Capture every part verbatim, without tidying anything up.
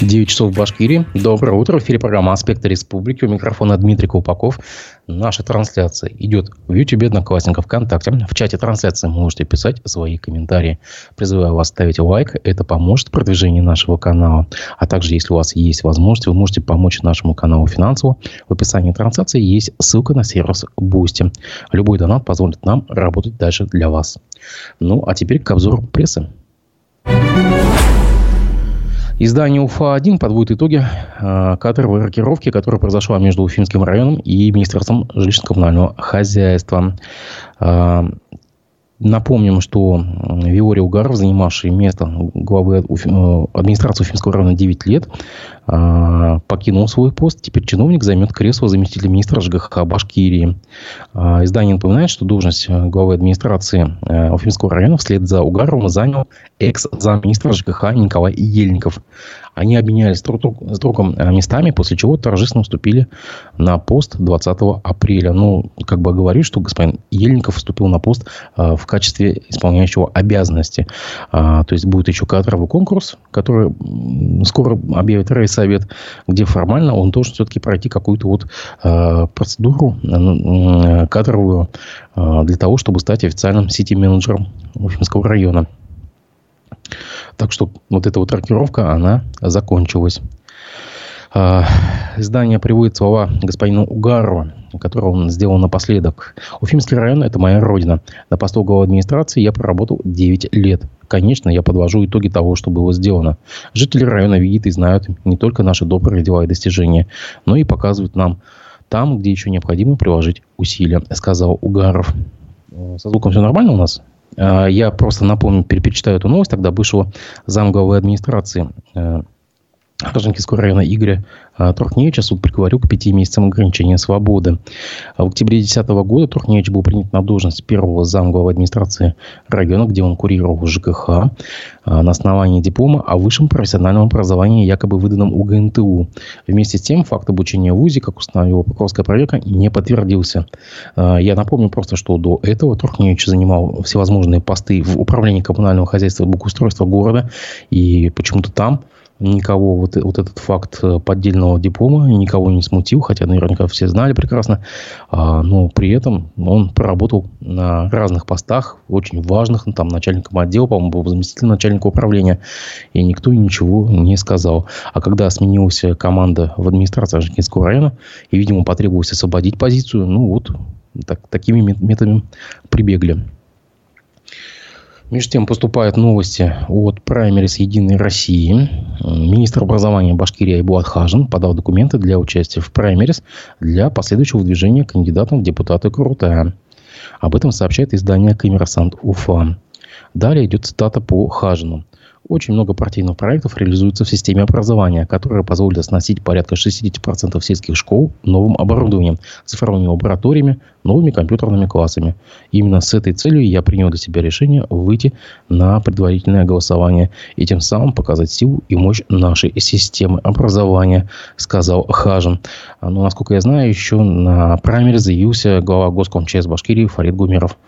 девять часов в Башкирии. Доброе утро. В эфире программа «Аспекты Республики». У микрофона Дмитрий Колпаков. Наша трансляция идет в Ютубе, Одноклассниках, ВКонтакте. В чате трансляции можете писать свои комментарии. Призываю вас ставить лайк. Это поможет продвижению нашего канала. А также, если у вас есть возможность, вы можете помочь нашему каналу финансово. В описании трансляции есть ссылка на сервис Boosty. Любой донат позволит нам работать дальше для вас. Ну, а теперь к обзору прессы. Издание Уфа один подводит итоги э, кадровой рокировки, которая произошла между Уфимским районом и Министерством жилищно-коммунального хозяйства. Э, Напомним, что Виорий Угаров, занимавший место главы администрации Уфимского района девять лет, покинул свой пост. Теперь чиновник займет кресло заместителя министра ЖКХ Башкирии. Издание напоминает, что должность главы администрации Уфимского района вслед за Угаровым занял экс-замминистра ЖКХ Николай Ельников. Они обменялись друг с другом местами, после чего торжественно вступили на пост двадцатого апреля. Ну, как бы говорит, что господин Ельников вступил на пост в качестве исполняющего обязанности. То есть будет еще кадровый конкурс, который скоро объявит райсовет, где формально он должен все-таки пройти какую-то вот процедуру кадровую для того, чтобы стать официальным сити-менеджером Уфимского района. Так что вот эта вот рокировка, она закончилась. Издание приводит слова господина Угарова, которые он сделал напоследок. Уфимский район – это моя родина. На посту главы администрации я проработал девять лет. Конечно, я подвожу итоги того, что было сделано. Жители района видят и знают не только наши добрые дела и достижения, но и показывают нам там, где еще необходимо приложить усилия, сказал Угаров. Со звуком все нормально у нас? Я просто напомню, перечитаю эту новость. Тогда бывшего замглавы администрации Роженкинского района Игоря Трухневича суд приговорил к пяти месяцам ограничения свободы. В октябре две тысячи десятого года Трухневич был принят на должность первого замглавы администрации района, где он курировал ЖКХ, на основании диплома о высшем профессиональном образовании, якобы выданном у ГНТУ. Вместе с тем, факт обучения в ВУЗе, как установила прокурорская проверка, не подтвердился. Я напомню просто, что до этого Трухневич занимал всевозможные посты в управлении коммунального хозяйства и благоустройства города, и почему-то там никого вот, вот этот факт поддельного диплома никого не смутил, хотя наверняка все знали прекрасно. А, но при этом он проработал на разных постах, очень важных, ну, там начальником отдела, по-моему, был заместителем начальника управления, и никто ничего не сказал. А когда сменилась команда в администрации Роженкинского района, и, видимо, потребовалось освободить позицию, ну вот так, такими методами прибегли. Между тем поступают новости от праймерис Единой России. Министр образования Башкирии Айбулат Хажин подал документы для участия в праймерис для последующего выдвижения кандидатом в депутаты Крутая. Об этом сообщает издание «Коммерсант Уфа». Далее идет цитата по Хажину. Очень много партийных проектов реализуется в системе образования, которые позволят оснастить порядка шестьдесят процентов сельских школ новым оборудованием, цифровыми лабораториями, новыми компьютерными классами. Именно с этой целью я принял для себя решение выйти на предварительное голосование и тем самым показать силу и мощь нашей системы образования, сказал Хажин. Но, насколько я знаю, еще на праймере заявился глава Госкомчс Башкирии Фарид Гумеров.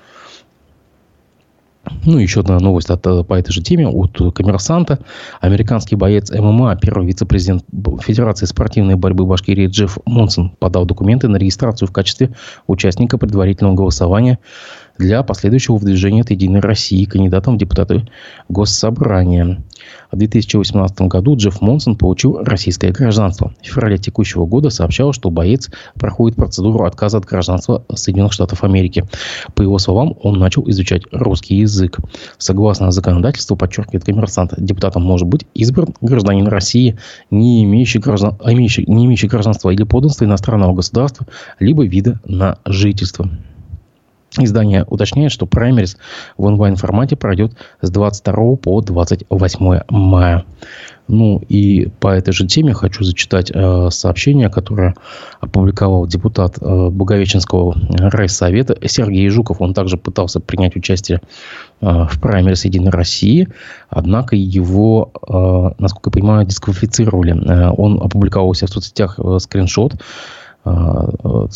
Ну, еще одна новость от, по этой же теме от «Коммерсанта». Американский боец ММА, первый вице-президент Федерации спортивной борьбы Башкирии Джефф Монсон подал документы на регистрацию в качестве участника предварительного голосования для последующего выдвижения от «Единой России» кандидатом в депутаты Госсобрания. В две тысячи восемнадцатом году Джефф Монсон получил российское гражданство. В феврале текущего года сообщал, что боец проходит процедуру отказа от гражданства Соединенных Штатов Америки. По его словам, он начал изучать русский язык. Согласно законодательству, подчеркивает «Коммерсант», депутатом может быть избран гражданин России, не имеющий, граждан... имеющий... не имеющий гражданства или подданства иностранного государства, либо вида на жительство. Издание уточняет, что праймерис в онлайн-формате пройдет с двадцать второго по двадцать восьмое мая. Ну и по этой же теме хочу зачитать э, сообщение, которое опубликовал депутат э, Благовещенского райсовета Сергей Жуков. Он также пытался принять участие э, в праймерис Единой России, однако его, э, насколько я понимаю, дисквалифицировали. Э, он опубликовал у себя в соцсетях э, скриншот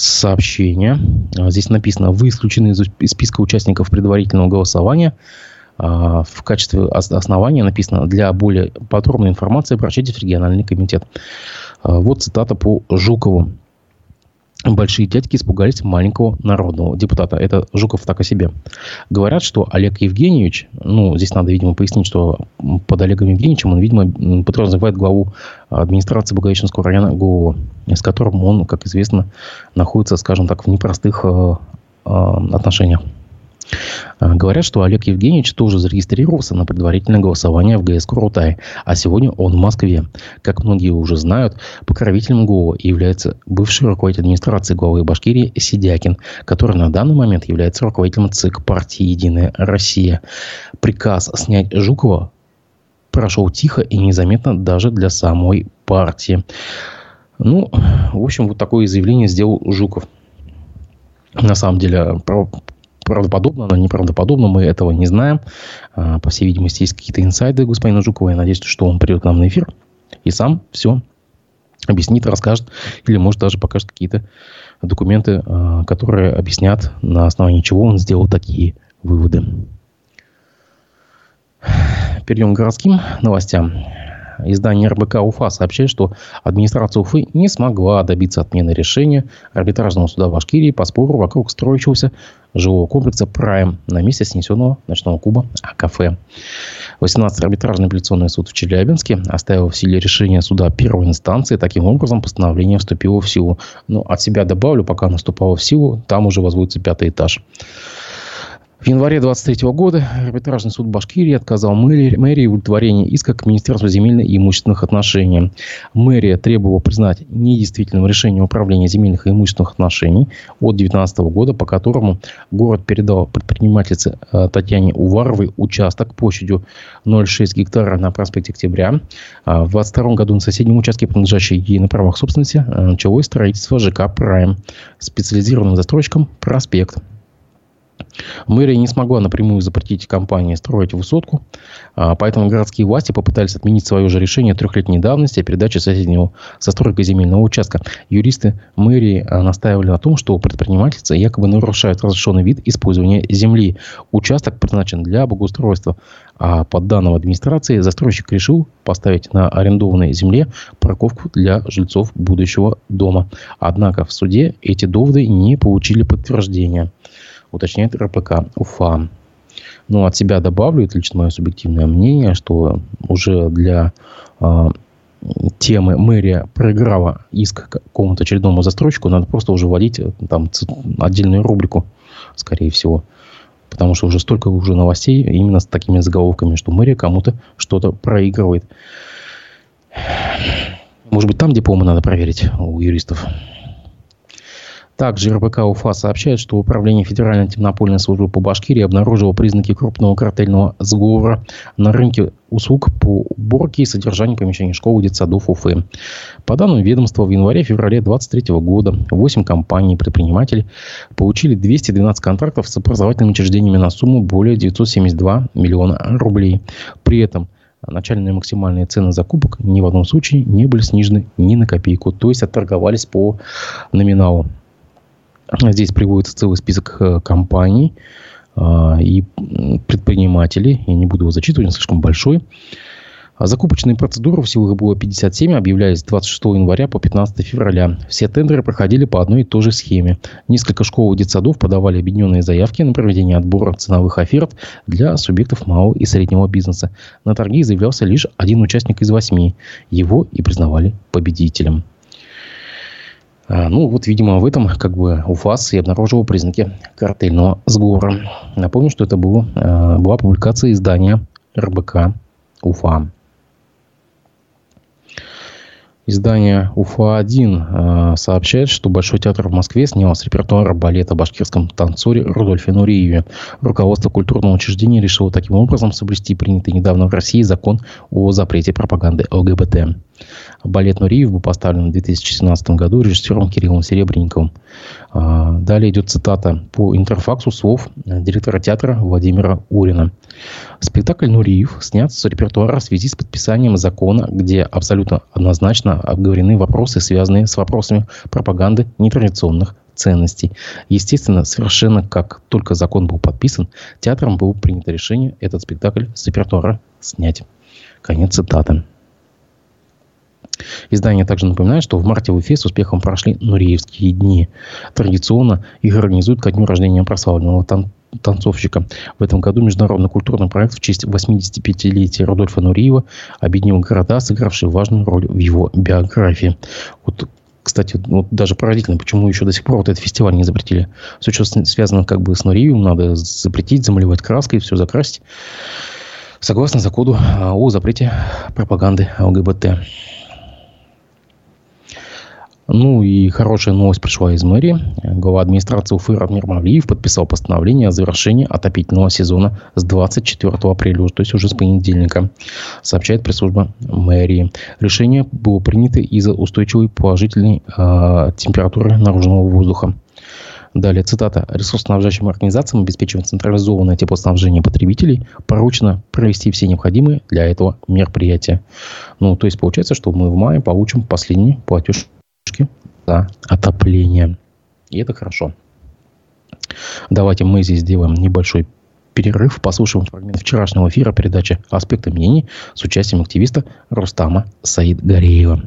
сообщение. Здесь написано: вы исключены из списка участников предварительного голосования. В качестве основания написано: для более подробной информации обращайтесь в региональный комитет. Вот цитата по Жукову. Большие дядьки испугались маленького народного депутата. Это Жуков так о себе. Говорят, что Олег Евгеньевич, ну, здесь надо, видимо, пояснить, что под Олегом Евгеньевичем он, видимо, подразумевает главу администрации Благовещенского района ГО, с которым он, как известно, находится, скажем так, в непростых э, э, отношениях. Говорят, что Олег Евгеньевич тоже зарегистрировался на предварительное голосование в ГС Курултай, а сегодня он в Москве. Как многие уже знают, покровителем ГО является бывший руководитель администрации главы Башкирии Сидякин, который на данный момент является руководителем ЦИК партии «Единая Россия». Приказ снять Жукова прошел тихо и незаметно даже для самой партии. Ну, в общем, вот такое заявление сделал Жуков. На самом деле, правдоподобно, но неправдоподобно, мы этого не знаем. По всей видимости, есть какие-то инсайды господина Жукова. Я надеюсь, что он придет к нам на эфир и сам все объяснит, расскажет. Или, может, даже покажет какие-то документы, которые объяснят, на основании чего он сделал такие выводы. Перейдем к городским новостям. Издание эр бэ ка Уфа сообщает, что администрация Уфы не смогла добиться отмены решения арбитражного суда Башкирии по спору вокруг строящегося жилого комплекса «Прайм» на месте снесенного ночного клуба «Кафе». восемнадцатый арбитражный апелляционный суд в Челябинске оставил в силе решение суда первой инстанции. Таким образом, постановление вступило в силу. Но от себя добавлю, пока оно вступало в силу, там уже возводится пятый этаж. В январе двадцать третьего года арбитражный суд Башкирии отказал мэрии, мэрии в удовлетворении иска к Министерству земельных и имущественных отношений. Мэрия требовала признать недействительным решение управления земельных и имущественных отношений от две тысячи девятнадцатого года, по которому город передал предпринимательнице Татьяне Уваровой участок площадью ноль целых шесть десятых гектара на проспекте Октября. В две тысячи двадцать втором году на соседнем участке, принадлежащей ей на правах собственности, началось строительство ЖК «Прайм» специализированным застройщиком «Проспект». Мэрия не смогла напрямую запретить компании строить высотку, поэтому городские власти попытались отменить свое же решение трехлетней давности о передаче соседнего застройка земельного участка. Юристы мэрии настаивали на том, что предпринимательница якобы нарушает разрешенный вид использования земли. Участок предназначен для благоустройства, а по данным администрации застройщик решил поставить на арендованной земле парковку для жильцов будущего дома. Однако в суде эти доводы не получили подтверждения, уточняет эр бэ ка Уфа. Ну, от себя добавлю, это лично мое субъективное мнение, что уже для э, темы мэрия проиграла иск какому-то очередному застройщику, надо просто уже вводить там отдельную рубрику, скорее всего. Потому что уже столько уже новостей именно с такими заголовками, что мэрия кому-то что-то проигрывает. Может быть, там дипломы надо проверить у юристов. Также эр бэ ка Уфа сообщает, что Управление Федеральной антимонопольной службы по Башкирии обнаружило признаки крупного картельного сговора на рынке услуг по уборке и содержанию помещений школ и детсадов Уфы. По данным ведомства, в январе-феврале две тысячи двадцать третьего года восемь компаний и предпринимателей получили двести двенадцать контрактов с образовательными учреждениями на сумму более девятьсот семьдесят два миллиона рублей. При этом начальные максимальные цены закупок ни в одном случае не были снижены ни на копейку, то есть отторговались по номиналу. Здесь приводится целый список компаний э, и предпринимателей. Я не буду его зачитывать, он слишком большой. Закупочные процедуры, всего их было пятьдесят семь, объявлялись с двадцать шестого января по пятнадцатого февраля. Все тендеры проходили по одной и той же схеме. Несколько школ и детсадов подавали объединенные заявки на проведение отбора ценовых оферт для субъектов малого и среднего бизнеса. На торги заявлялся лишь один участник из восьми. Его и признавали победителем. Ну, вот, видимо, в этом как бы УФАС и обнаружил признаки картельного сговора. Напомню, что это было, была публикация издания эр бэ ка Уфа. Издание Уфа один э, сообщает, что Большой театр в Москве снял с репертуара балета о башкирском танцоре Рудольфе Нуриеве. Руководство культурного учреждения решило таким образом соблюсти принятый недавно в России закон о запрете пропаганды эл гэ бэ тэ. Балет Нуриев был поставлен в две тысячи семнадцатом году режиссером Кириллом Серебренниковым. Э, далее идет цитата по интерфаксу слов директора театра Владимира Урина. Спектакль «Нуриев» снят с репертуара в связи с подписанием закона, где абсолютно однозначно обговорены вопросы, связанные с вопросами пропаганды нетрадиционных ценностей. Естественно, совершенно как только закон был подписан, театром было принято решение этот спектакль с репертуара снять. Конец цитаты. Издание также напоминает, что в марте в Уфе с успехом прошли Нуреевские дни. Традиционно их организуют ко дню рождения прославленного тан- танцовщика. В этом году международный культурный проект в честь восьмидесятипятилетия Рудольфа Нуреева объединил города, сыгравшие важную роль в его биографии. Вот, кстати, вот даже поразительно, почему еще до сих пор вот этот фестиваль не запретили. Все, что связано как бы с Нуреевым, надо запретить, замалевать краской, все закрасить. Согласно закону о запрете пропаганды ЛГБТ. Ну и хорошая новость пришла из мэрии. Глава администрации Уфы Радмир Мавлиев подписал постановление о завершении отопительного сезона с двадцать четвёртого апреля, то есть уже с понедельника, сообщает пресс-служба мэрии. Решение было принято из-за устойчивой положительной э, температуры наружного воздуха. Далее, цитата. Ресурсоснабжающим организациям, обеспечивая централизованное теплоснабжение потребителей, поручено провести все необходимые для этого мероприятия. Ну, то есть, получается, что мы в мае получим последний платеж за отопление. И это хорошо. Давайте мы здесь сделаем небольшой перерыв. Послушаем фрагмент вчерашнего эфира передачи «Аспекты мнений» с участием активиста Рустама Саидгареева.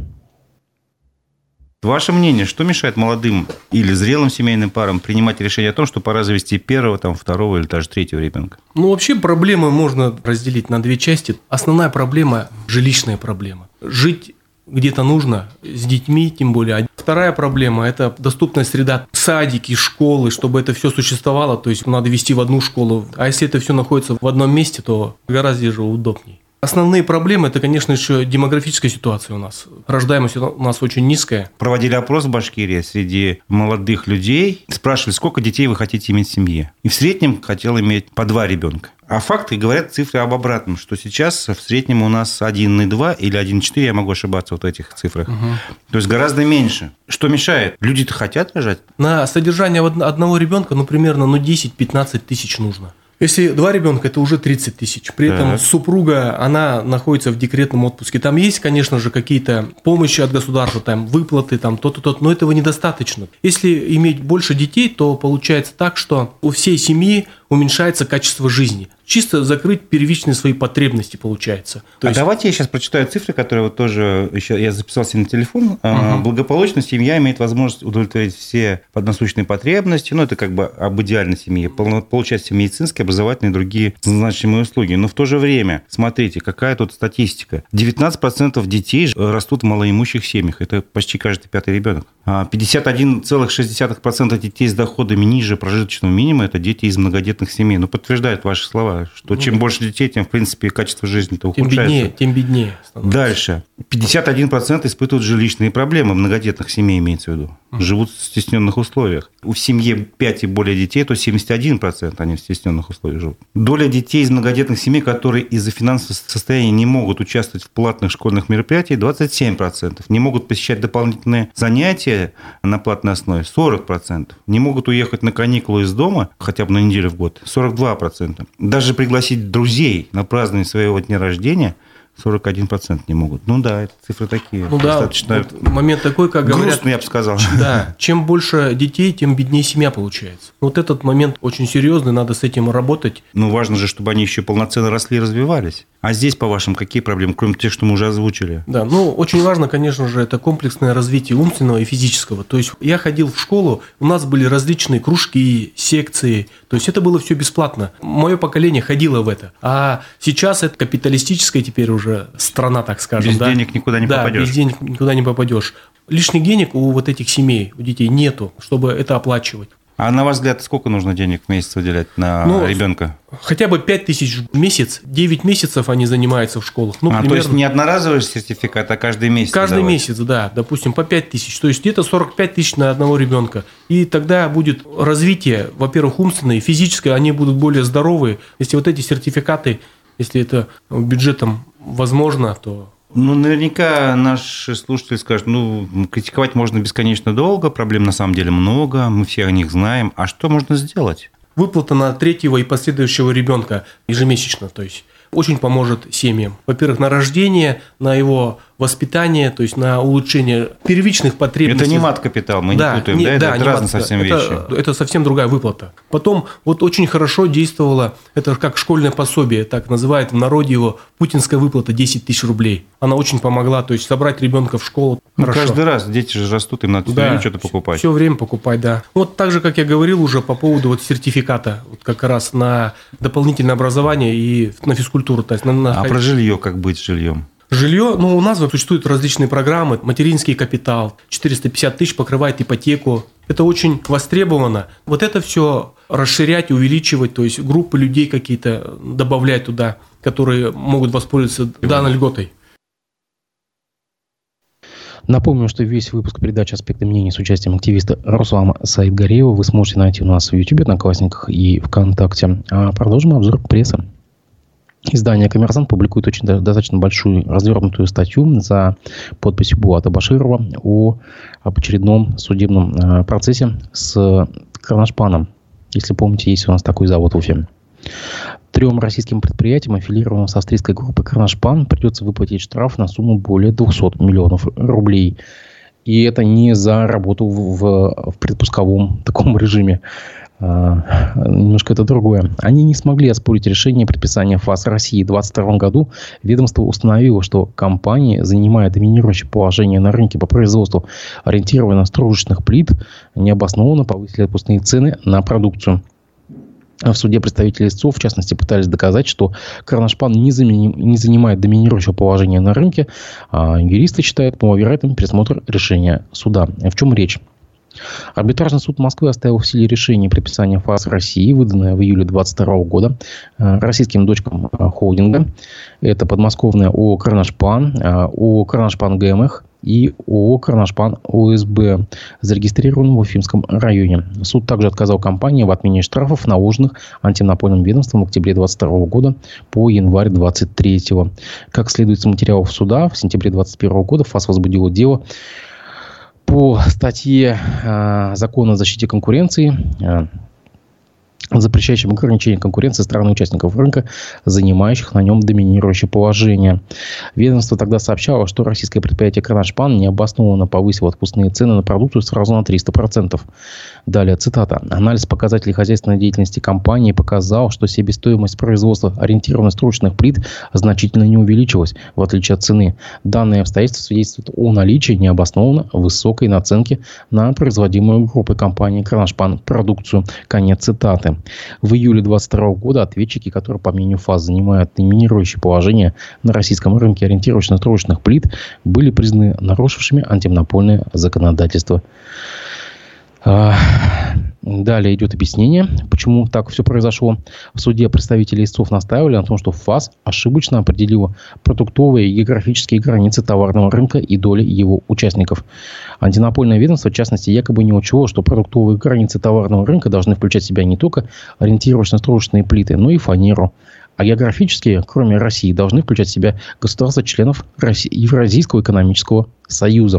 Ваше мнение, что мешает молодым или зрелым семейным парам принимать решение о том, что пора завести первого, там, второго или даже третьего ребенка? Ну, вообще проблемы можно разделить на две части. Основная проблема – жилищная проблема. Жить где-то нужно, с детьми тем более. Вторая проблема – это доступная среда, садики, школы, чтобы это все существовало. То есть надо вести в одну школу. А если это все находится в одном месте, то гораздо же удобнее. Основные проблемы – это, конечно, еще демографическая ситуация у нас. Рождаемость у нас очень низкая. Проводили опрос в Башкирии среди молодых людей. Спрашивали, сколько детей вы хотите иметь в семье. И в среднем хотел иметь по два ребенка. А факты говорят цифры об обратном, что сейчас в среднем у нас один и два или один и четыре, я могу ошибаться вот в этих цифрах. Угу. То есть гораздо меньше. Что мешает? Люди-то хотят рожать. На содержание одного ребенка, ну, примерно ну, десять-пятнадцать тысяч нужно. Если два ребенка, это уже тридцать тысяч. При этом так. Супруга, она находится в декретном отпуске. Там есть, конечно же, какие-то помощи от государства, там выплаты, там то-то, то-то, но этого недостаточно. Если иметь больше детей, то получается так, что у всей семьи уменьшается качество жизни. Чисто закрыть первичные свои потребности получается. То а есть... давайте я сейчас прочитаю цифры, которые вот тоже еще я записал себе на телефон. Угу. Благополучная семья имеет возможность удовлетворить все насущные потребности. Ну, это как бы об идеальной семье. Получать все медицинские, образовательные и другие значимые услуги. Но в то же время, смотрите, какая тут статистика. девятнадцать процентов детей растут в малоимущих семьях. Это почти каждый пятый ребенок. пятьдесят один целых шесть десятых процента детей с доходами ниже прожиточного минимума – это дети из многодетных семей. Ну, подтверждают ваши слова, что ну, чем больше детей, тем, в принципе, качество жизни-то ухудшается. Тем беднее, тем беднее становится. Дальше. пятьдесят один процент испытывают жилищные проблемы, многодетных семей имеется в виду. Живут в стесненных условиях. У семьи пять и более детей, то семьдесят один процент они в стесненных условиях живут. Доля детей из многодетных семей, которые из-за финансового состояния не могут участвовать в платных школьных мероприятиях, двадцать семь процентов. Не могут посещать дополнительные занятия на платной основе, сорок процентов. Не могут уехать на каникулы из дома хотя бы на неделю в год, сорок два процента. Даже пригласить друзей на празднование своего дня рождения сорок один процент не могут. Ну да, это цифры такие. Ну достаточно. Да, вот момент такой, как говорят. Грустно, я бы сказал. Да, чем больше детей, тем беднее семья получается. Вот этот момент очень серьезный, надо с этим работать. Ну важно же, чтобы они еще полноценно росли и развивались. А здесь, по-вашему, какие проблемы, кроме тех, что мы уже озвучили? Да, ну очень важно, конечно же, это комплексное развитие умственного и физического. То есть я ходил в школу, у нас были различные кружки, секции. То есть это было все бесплатно. Мое поколение ходило в это. А сейчас это капиталистическая теперь уже страна, так скажем. Без да? денег никуда не да, попадешь. Да, без денег никуда не попадешь. Лишних денег у вот этих семей, у детей нету, чтобы это оплачивать. А на ваш взгляд, сколько нужно денег в месяц выделять на ну, ребенка? Хотя бы пять тысяч в месяц. девять месяцев они занимаются в школах. Ну, а, примерно... то есть не одноразовый сертификат, а каждый месяц? Каждый давать. месяц, да. Допустим, по пять тысяч. То есть где-то сорок пять тысяч на одного ребенка. И тогда будет развитие, во-первых, умственное и физическое. Они будут более здоровые. Если вот эти сертификаты, если это бюджетом возможно, то... Ну, наверняка наши слушатели скажут, ну, критиковать можно бесконечно долго, проблем на самом деле много, мы все о них знаем. А что можно сделать? Выплата на третьего и последующего ребенка ежемесячно, то есть очень поможет семьям. Во-первых, на рождение, на его воспитание, то есть на улучшение первичных потребностей. Это не мат-капитал, мы да, не путаем, не, да? да, Это, это разные совсем это, вещи. Это совсем другая выплата. Потом вот очень хорошо действовало, это как школьное пособие, так называют в народе его, путинская выплата десять тысяч рублей. Она очень помогла, то есть собрать ребенка в школу. Ну, каждый раз дети же растут, им надо да, что-то покупать. Все время покупать, да. Вот так же, как я говорил уже по поводу вот сертификата, вот как раз на дополнительное образование и на физкультуру. То есть на, на... А про жилье как быть с жильем? Жилье, ну, у нас существуют различные программы, материнский капитал, четыреста пятьдесят тысяч покрывает ипотеку. Это очень востребовано. Вот это все расширять, увеличивать, то есть группы людей какие-то добавлять туда, которые могут воспользоваться данной льготой. Напомню, что весь выпуск передачи «Аспекты мнений» с участием активиста Руслана Саидгареева вы сможете найти у нас в YouTube, Одноклассниках и ВКонтакте. А продолжим обзор прессы. Издание «Коммерсант» публикует очень достаточно большую развернутую статью за подписью Булата Баширова о об очередном судебном процессе с Карнашпаном. Если помните, есть у нас такой завод в Уфе. Трем российским предприятиям, аффилированным с австрийской группой «Карнашпан», придется выплатить штраф на сумму более двухсот миллионов рублей. И это не за работу в, в предпусковом таком режиме. А, немножко это другое. Они не смогли оспорить решение предписания ФАС России. В две тысячи двадцать втором году ведомство установило, что компания, занимая доминирующее положение на рынке по производству ориентированно-стружечных плит, необоснованно повысили отпускные цены на продукцию. В суде представители истцов, в частности, пытались доказать, что Карнашпан не, заменим, не занимает доминирующего положения на рынке. А юристы считают маловероятным пересмотр решения суда. В чем речь? Арбитражный суд Москвы оставил в силе решение предписания ФАС России, выданное в июле две тысячи двадцать второго года российским дочкам холдинга. Это подмосковное ООО «Карнашпан», ООО «Карнашпан ГМХ» и ООО «Карнашпан ОСБ», зарегистрированном в Уфимском районе. Суд также отказал компании в отмене штрафов, наложенных антимонопольным ведомством в октябре две тысячи двадцать второго года по январь две тысячи двадцать третьего. Как следует из материалов суда, в сентябре две тысячи двадцать первого года ФАС возбудило дело по статье э, Закона о защите конкуренции, э, запрещающим ограничение конкуренции со стороны участников рынка, занимающих на нем доминирующее положение. Ведомство тогда сообщало, что российское предприятие «Карнашпан» необоснованно повысило отпускные цены на продукцию сразу на триста процентов. Далее, цитата. «Анализ показателей хозяйственной деятельности компании показал, что себестоимость производства ориентированно-стружечных плит значительно не увеличилась, в отличие от цены. Данные обстоятельства свидетельствуют о наличии необоснованно высокой наценки на производимую группой компании «Карнашпан» продукцию». Конец цитаты. В июле две тысячи двадцать второго года ответчики, которые, по мнению ФАС, занимают доминирующее положение на российском рынке ориентировочно-стружечных плит, были признаны нарушившими антимонопольное законодательство. Далее идет объяснение, почему так все произошло. В суде представители истцов настаивали на том, что ФАС ошибочно определила продуктовые и географические границы товарного рынка и доли его участников. Антимонопольное ведомство, в частности, якобы не учело, что продуктовые границы товарного рынка должны включать в себя не только ориентировочно-стружечные плиты, но и фанеру. А географические, кроме России, должны включать в себя государства-членов Евразийского экономического союза.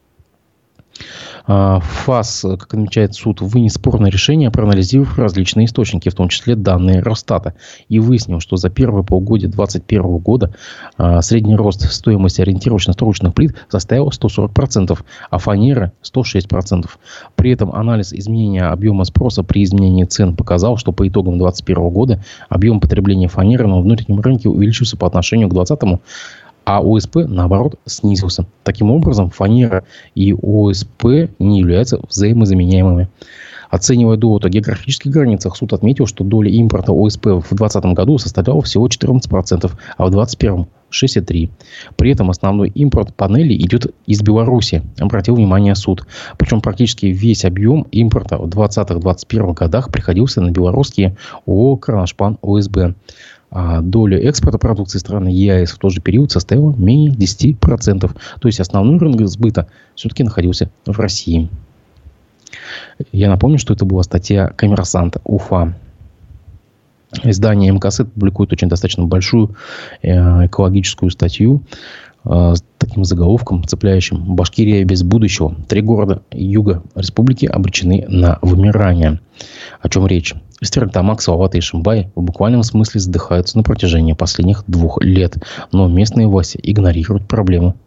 ФАС, как отмечает суд, вынес спорное решение, проанализировав различные источники, в том числе данные Росстата, и выяснил, что за первое полугодие две тысячи двадцать первого года средний рост стоимости ориентировочно-стружечных плит составил сто сорок процентов, а фанеры – сто шесть процентов. При этом анализ изменения объема спроса при изменении цен показал, что по итогам две тысячи двадцать первого года объем потребления фанеры на внутреннем рынке увеличился по отношению к две тысячи двадцатому, а ОСП, наоборот, снизился. Таким образом, фанера и ОСП не являются взаимозаменяемыми. Оценивая долю о географических границах, суд отметил, что доля импорта ОСП в две тысячи двадцатом году составляла всего четырнадцать процентов, а в две тысячи двадцать первом – шестьдесят три процента. При этом основной импорт панелей идет из Беларуси, обратил внимание суд. Причем практически весь объем импорта в двадцатом — двадцать первом годах приходился на белорусские ООО «Карнашпан ОСБ». А доля экспорта продукции страны ЕАЭС в тот же период составила менее десяти процентов. То есть основной рынок сбыта все-таки находился в России. Я напомню, что это была статья «Коммерсант Уфа». Издание МКС публикует очень достаточно большую экологическую статью с таким заголовком, цепляющим: «Башкирия без будущего. Три города юга республики обречены на вымирание». О чем речь? Стерлитамак, Салават и Ишимбай в буквальном смысле задыхаются на протяжении последних двух лет. Но местные власти игнорируют проблему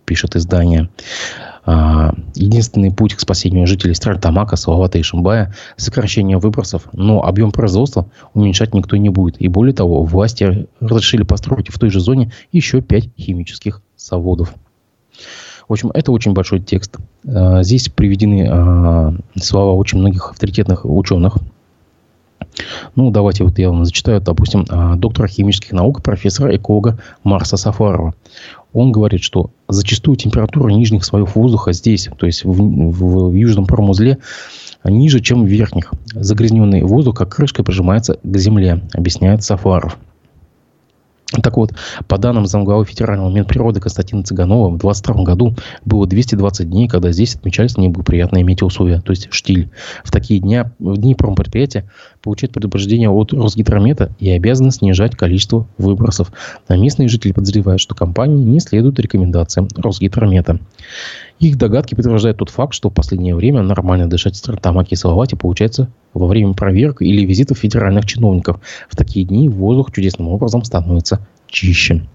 пишет издание. Единственный путь к спасению жителей Стерлитамака, Салавата и Ишимбая – сокращение выбросов, но объем производства уменьшать никто не будет. И более того, власти разрешили построить в той же зоне еще пять химических заводов. В общем, это очень большой текст. Здесь приведены слова очень многих авторитетных ученых. Ну, давайте вот я вам зачитаю, допустим, доктора химических наук, профессора эколога Марса Сафарова. Он говорит, что зачастую температура нижних слоев воздуха здесь, то есть в, в, в южном промузле, ниже, чем в верхних. Загрязненный воздух как крышкой прижимается к земле, объясняет Сафаров. Так вот, по данным замглавы Федерального Минприроды Константина Цыганова, в двадцать втором году было двести двадцать дней, когда здесь отмечались неблагоприятные метеоусловия, то есть штиль. В такие дни, в дни промпредприятия получают предупреждение от Росгидромета и обязаны снижать количество выбросов. А местные жители подозревают, что компании не следуют рекомендациям Росгидромета. Их догадки подтверждают тот факт, что в последнее время нормально дышать в Стерлитамаке и Салавате получается во время проверок или визитов федеральных чиновников. В такие дни воздух чудесным образом становится чище.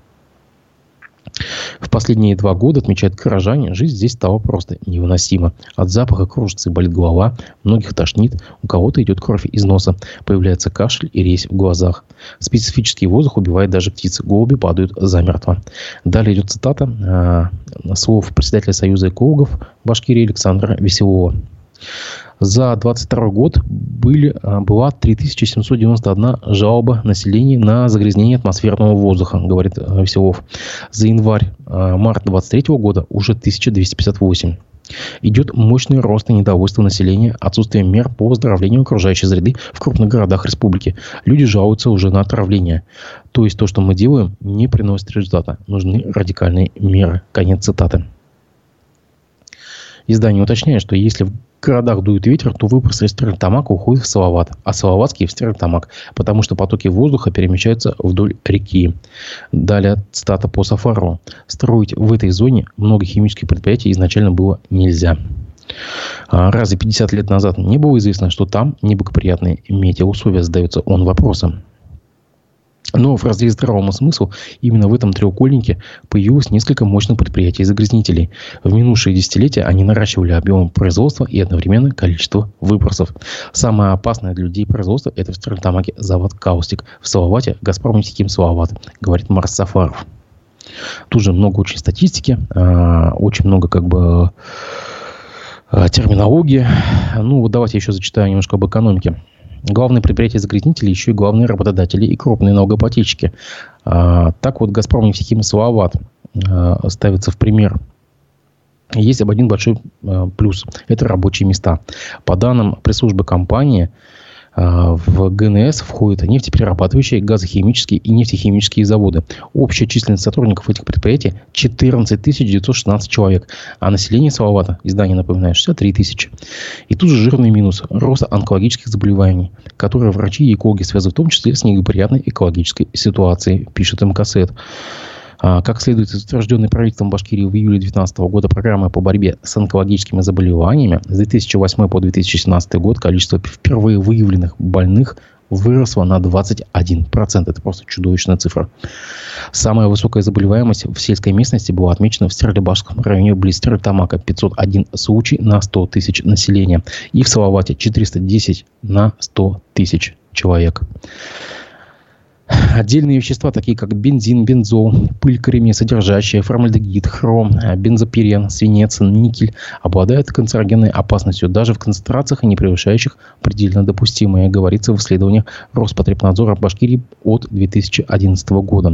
В последние два года, отмечают горожане, жизнь здесь стала просто невыносима. От запаха кружится и болит голова, многих тошнит, у кого-то идет кровь из носа, появляется кашель и резь в глазах. Специфический воздух убивает даже птицы, голуби падают замертво. Далее идет цитата э, слов председателя Союза экологов Башкирии Александра Веселова. За двадцать второй год были, была три тысячи семьсот девяносто одна жалоба населения на загрязнение атмосферного воздуха, говорит Веселов. За январь-март двадцать третьего года уже тысяча двести пятьдесят восемь. Идет мощный рост и недовольство населения отсутствием мер по оздоровлению окружающей среды в крупных городах республики. Люди жалуются уже на отравление. То есть то, что мы делаем, не приносит результата. Нужны радикальные меры. Конец цитаты. Издание уточняет, что если в городах дует ветер, то выбросы из Стерлитамака уходят в Салават, а Салаватские в Стерлитамак, потому что потоки воздуха перемещаются вдоль реки. Далее цитата по Сафарову. Строить в этой зоне много химических предприятий изначально было нельзя. Разве пятьдесят лет назад не было известно, что там неблагоприятные метеоусловия, задается он вопросом. Но в разрезе здравому смыслу именно в этом треугольнике появилось несколько мощных предприятий-загрязнителей. В минувшие десятилетия они наращивали объем производства и одновременно количество выбросов. Самое опасное для людей производство – это в Стерлитамаке завод «Каустик», в Салавате – «Газпромнефтехим Салават», говорит Марс Сафаров. Тут же много очень статистики, очень много как бы терминологии. Ну вот давайте еще зачитаю немножко об экономике. Главные предприятия-загрязнители еще и главные работодатели и крупные налогоплательщики. А, так вот, «Газпромнефтехим Салават» а, ставится в пример. Есть один большой а, плюс. Это рабочие места. По данным пресс-службы компании, а, в ГНС входят нефтеперерабатывающие, газохимические и нефтехимические заводы. Общая численность сотрудников этих предприятий четырнадцать тысяч девятьсот шестнадцать человек. А население Салавата, издание напоминает, шестьдесят три тысячи. И тут же жирный минус – роста онкологических заболеваний, которые врачи и экологи связывают в том числе с неблагоприятной экологической ситуацией, пишет МКСЭД. Как следует из утвержденной правительством Башкирии в июле две тысячи девятнадцатого года программы по борьбе с онкологическими заболеваниями, с две тысячи восьмого по две тысячи семнадцатый год количество впервые выявленных больных выросло на двадцать один процент. Это просто чудовищная цифра. Самая высокая заболеваемость в сельской местности была отмечена в Стерлибашском районе близ Стерлитамака. пятьсот один случай на сто тысяч населения. И в Салавате четыреста десять на сто тысяч человек. Отдельные вещества, такие как бензин, бензол, пыль кремниесодержащая, формальдегид, хром, бензопирен, свинец, никель, обладают канцерогенной опасностью даже в концентрациях, не превышающих предельно допустимое, говорится в исследованиях Роспотребнадзора Башкирии от две тысячи одиннадцатого года.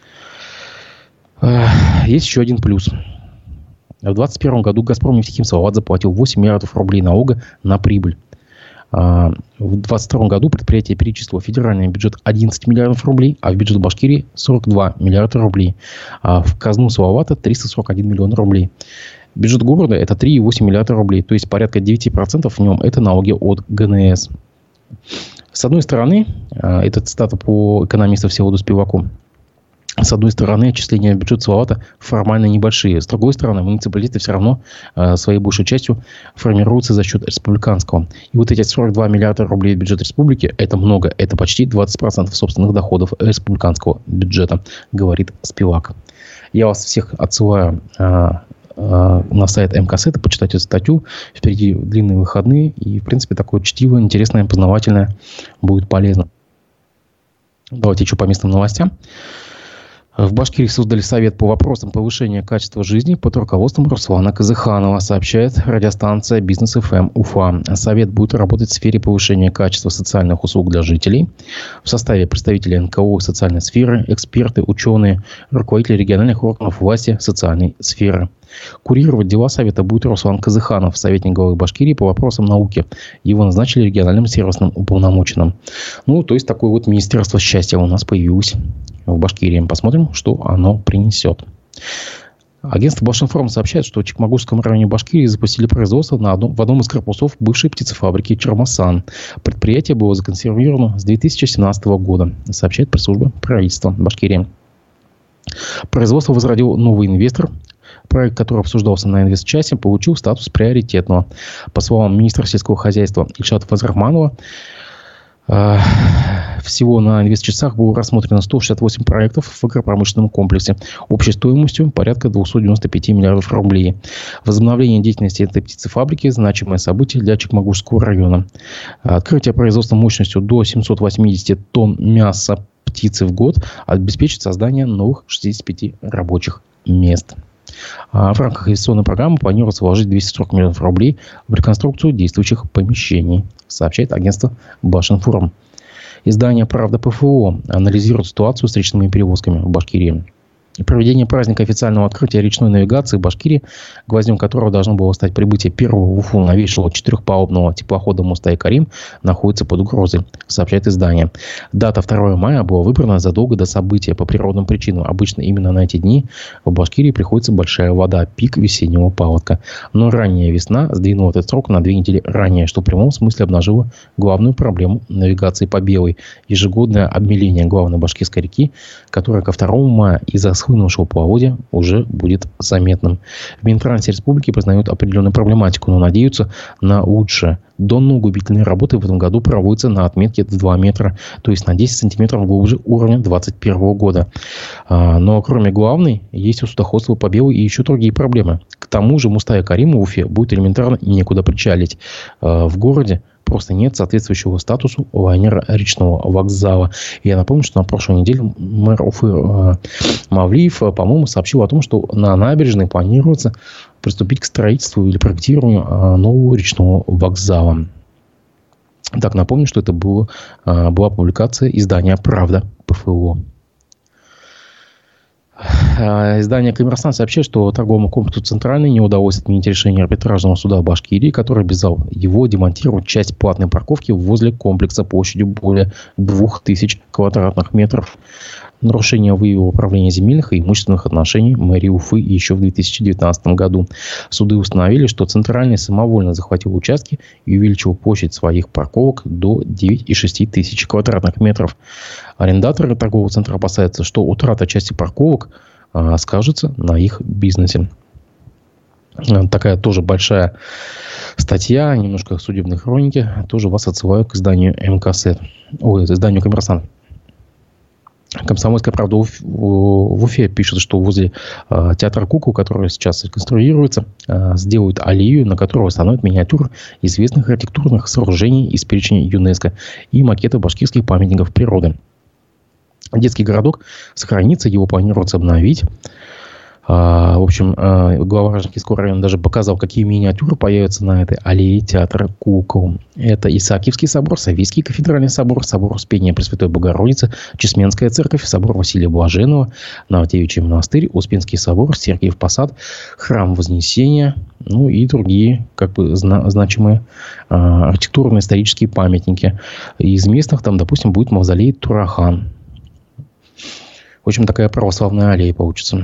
Есть еще один плюс. В двадцать первом году «Газпромнефтехим Салават» заплатил восемь миллиардов рублей налога на прибыль. В двадцать втором году предприятие перечислило в федеральный бюджет одиннадцать миллиардов рублей, а в бюджет Башкирии сорок два миллиарда рублей. А в казну Салавата триста сорок один миллион рублей. Бюджет города – это три целых восемь десятых миллиарда рублей, то есть порядка девять процентов в нем – это налоги от ГНС. С одной стороны, это цитата по экономисту Всеволоду Спиваку. С одной стороны, отчисления в бюджет Салавата формально небольшие. С другой стороны, муниципалитеты все равно э, своей большей частью формируются за счет республиканского. И вот эти сорок два миллиарда рублей в бюджет республики – это много. Это почти двадцать процентов собственных доходов республиканского бюджета, говорит Спивак. Я вас всех отсылаю а, а, на сайт МКСЭТа, почитать эту статью. Впереди длинные выходные. И, в принципе, такое чтиво, интересное, познавательное будет полезно. Давайте еще по местным новостям. В Башкирии создали совет по вопросам повышения качества жизни под руководством Руслана Казыханова, сообщает радиостанция Бизнес эф эм Уфа. Совет будет работать в сфере повышения качества социальных услуг для жителей. В составе представителей эн ка о и социальной сферы, эксперты, ученые, руководители региональных органов власти социальной сферы. Курировать дела совета будет Руслан Казыханов, советник главы Башкирии по вопросам науки. Его назначили региональным сервисным уполномоченным. Ну, то есть, такое вот министерство счастья у нас появилось в Башкирии. Посмотрим, что оно принесет. Агентство Башинформ сообщает, что в Чекмагузском районе Башкирии запустили производство на одном, в одном из корпусов бывшей птицефабрики «Чермасан». Предприятие было законсервировано с две тысячи семнадцатого года, сообщает пресс-служба правительства Башкирии. Производство возродил новый инвестор. Проект, который обсуждался на инвестчасе, получил статус приоритетного. По словам министра сельского хозяйства Ильшата Фазрахманова, всего на инвестчасах было рассмотрено сто шестьдесят восемь проектов в агропромышленном комплексе общей стоимостью порядка двести девяносто пять миллиардов рублей. Возобновление деятельности этой птицефабрики – значимое событие для Чекмагузского района. Открытие производства мощностью до семьсот восемьдесят тонн мяса птицы в год обеспечит создание новых шестидесяти пяти рабочих мест. В рамках инвестиционной программы планируется вложить двести сорок миллионов рублей в реконструкцию действующих помещений, сообщает агентство Башинформ. Издание «Правда ПФО» анализирует ситуацию с речными перевозками в Башкирии. Проведение праздника официального открытия речной навигации в Башкирии, гвоздем которого должно было стать прибытие первого в Уфу новейшего четырехпалубного теплохода «Мустай-Карим», находится под угрозой, сообщает издание. Дата второго мая была выбрана задолго до события по природным причинам. Обычно именно на эти дни в Башкирии приходится большая вода, пик весеннего паводка. Но ранняя весна сдвинула этот срок на две недели ранее, что в прямом смысле обнажило главную проблему навигации по Белой. Ежегодное обмеление главной башкирской реки, которая ко второму мая из-за схлынувшего половодья уже будет заметным. В Минтрансе республики признают определенную проблематику, но надеются на лучшее. Донно-углубительные работы в этом году проводятся на отметке два метра, то есть на десять сантиметров глубже уровня двадцать первого года. Но кроме главной, есть у судоходства по Белой и еще другие проблемы. К тому же Мустай-Карим в Уфе будет элементарно некуда причалить. В городе просто нет соответствующего статусу лайнера речного вокзала. И я напомню, что на прошлой неделе мэр Уфы э, Мавлиев, по-моему, сообщил о том, что на набережной планируется приступить к строительству или проектированию э, нового речного вокзала. Так, напомню, что это было, э, была публикация издания «Правда ПФО». Издание «Коммерсант» сообщает, что торговому комплексу «Центральный» не удалось отменить решение арбитражного суда Башкирии, который обязал его демонтировать часть платной парковки возле комплекса площадью более двух тысяч квадратных метров. Нарушение выявило управление земельных и имущественных отношений мэрии Уфы еще в две тысячи девятнадцатом году. Суды установили, что «Центральный» самовольно захватил участки и увеличил площадь своих парковок до девяти и шести тысяч квадратных метров. Арендаторы торгового центра опасаются, что утрата части парковок а, скажется на их бизнесе. Такая тоже большая статья, немножко судебной хроники. Тоже вас отсылаю к изданию МКС, ой, изданию «Коммерсант». «Комсомольская правда» в Уфе пишет, что возле э, театра кукол, который сейчас реконструируется, э, сделают аллею, на которой установят миниатюры известных архитектурных сооружений из перечня ЮНЕСКО и макеты башкирских памятников природы. Детский городок сохранится, его планируется обновить. В общем, глава Рождественского района даже показал, какие миниатюры появятся на этой аллее театра кукол. Это Исаакиевский собор, Савийский кафедральный собор, собор Успения Пресвятой Богородицы, Чесменская церковь, собор Василия Блаженного, Новодевичий монастырь, Успенский собор, Сергиев Посад, храм Вознесения, ну и другие как бы зна- значимые э, архитектурно-исторические памятники. Из местных там, допустим, будет мавзолей Турахан. В общем, такая православная аллея получится.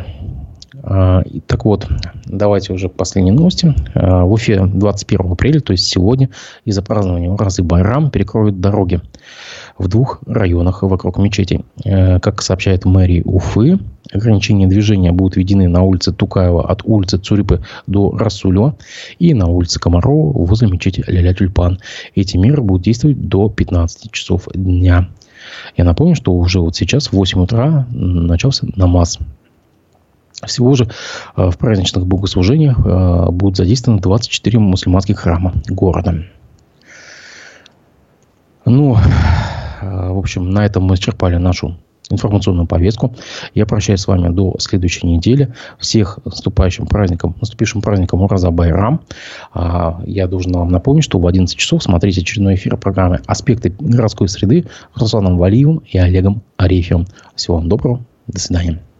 Так вот, давайте уже к последней новости. В Уфе двадцать первого апреля, то есть сегодня, из-за празднования Уразы Байрам перекроют дороги в двух районах вокруг мечетей. Как сообщает мэрия Уфы, ограничения движения будут введены на улице Тукаева от улицы Цурипы до Расулева и на улице Комарова возле мечети Ляля-Тюльпан. Эти меры будут действовать до пятнадцати часов дня. Я напомню, что уже вот сейчас в восемь утра начался намаз. Всего же в праздничных богослужениях будут задействованы двадцать четыре мусульманских храма города. Ну, в общем, на этом мы исчерпали нашу информационную повестку. Я прощаюсь с вами до следующей недели. Всех с наступающим праздником, наступившим праздником Ураза Байрам. Я должен вам напомнить, что в одиннадцать часов смотрите очередной эфир программы «Аспекты городской среды» с Русланом Валиевым и Олегом Арефьевым. Всего вам доброго. До свидания.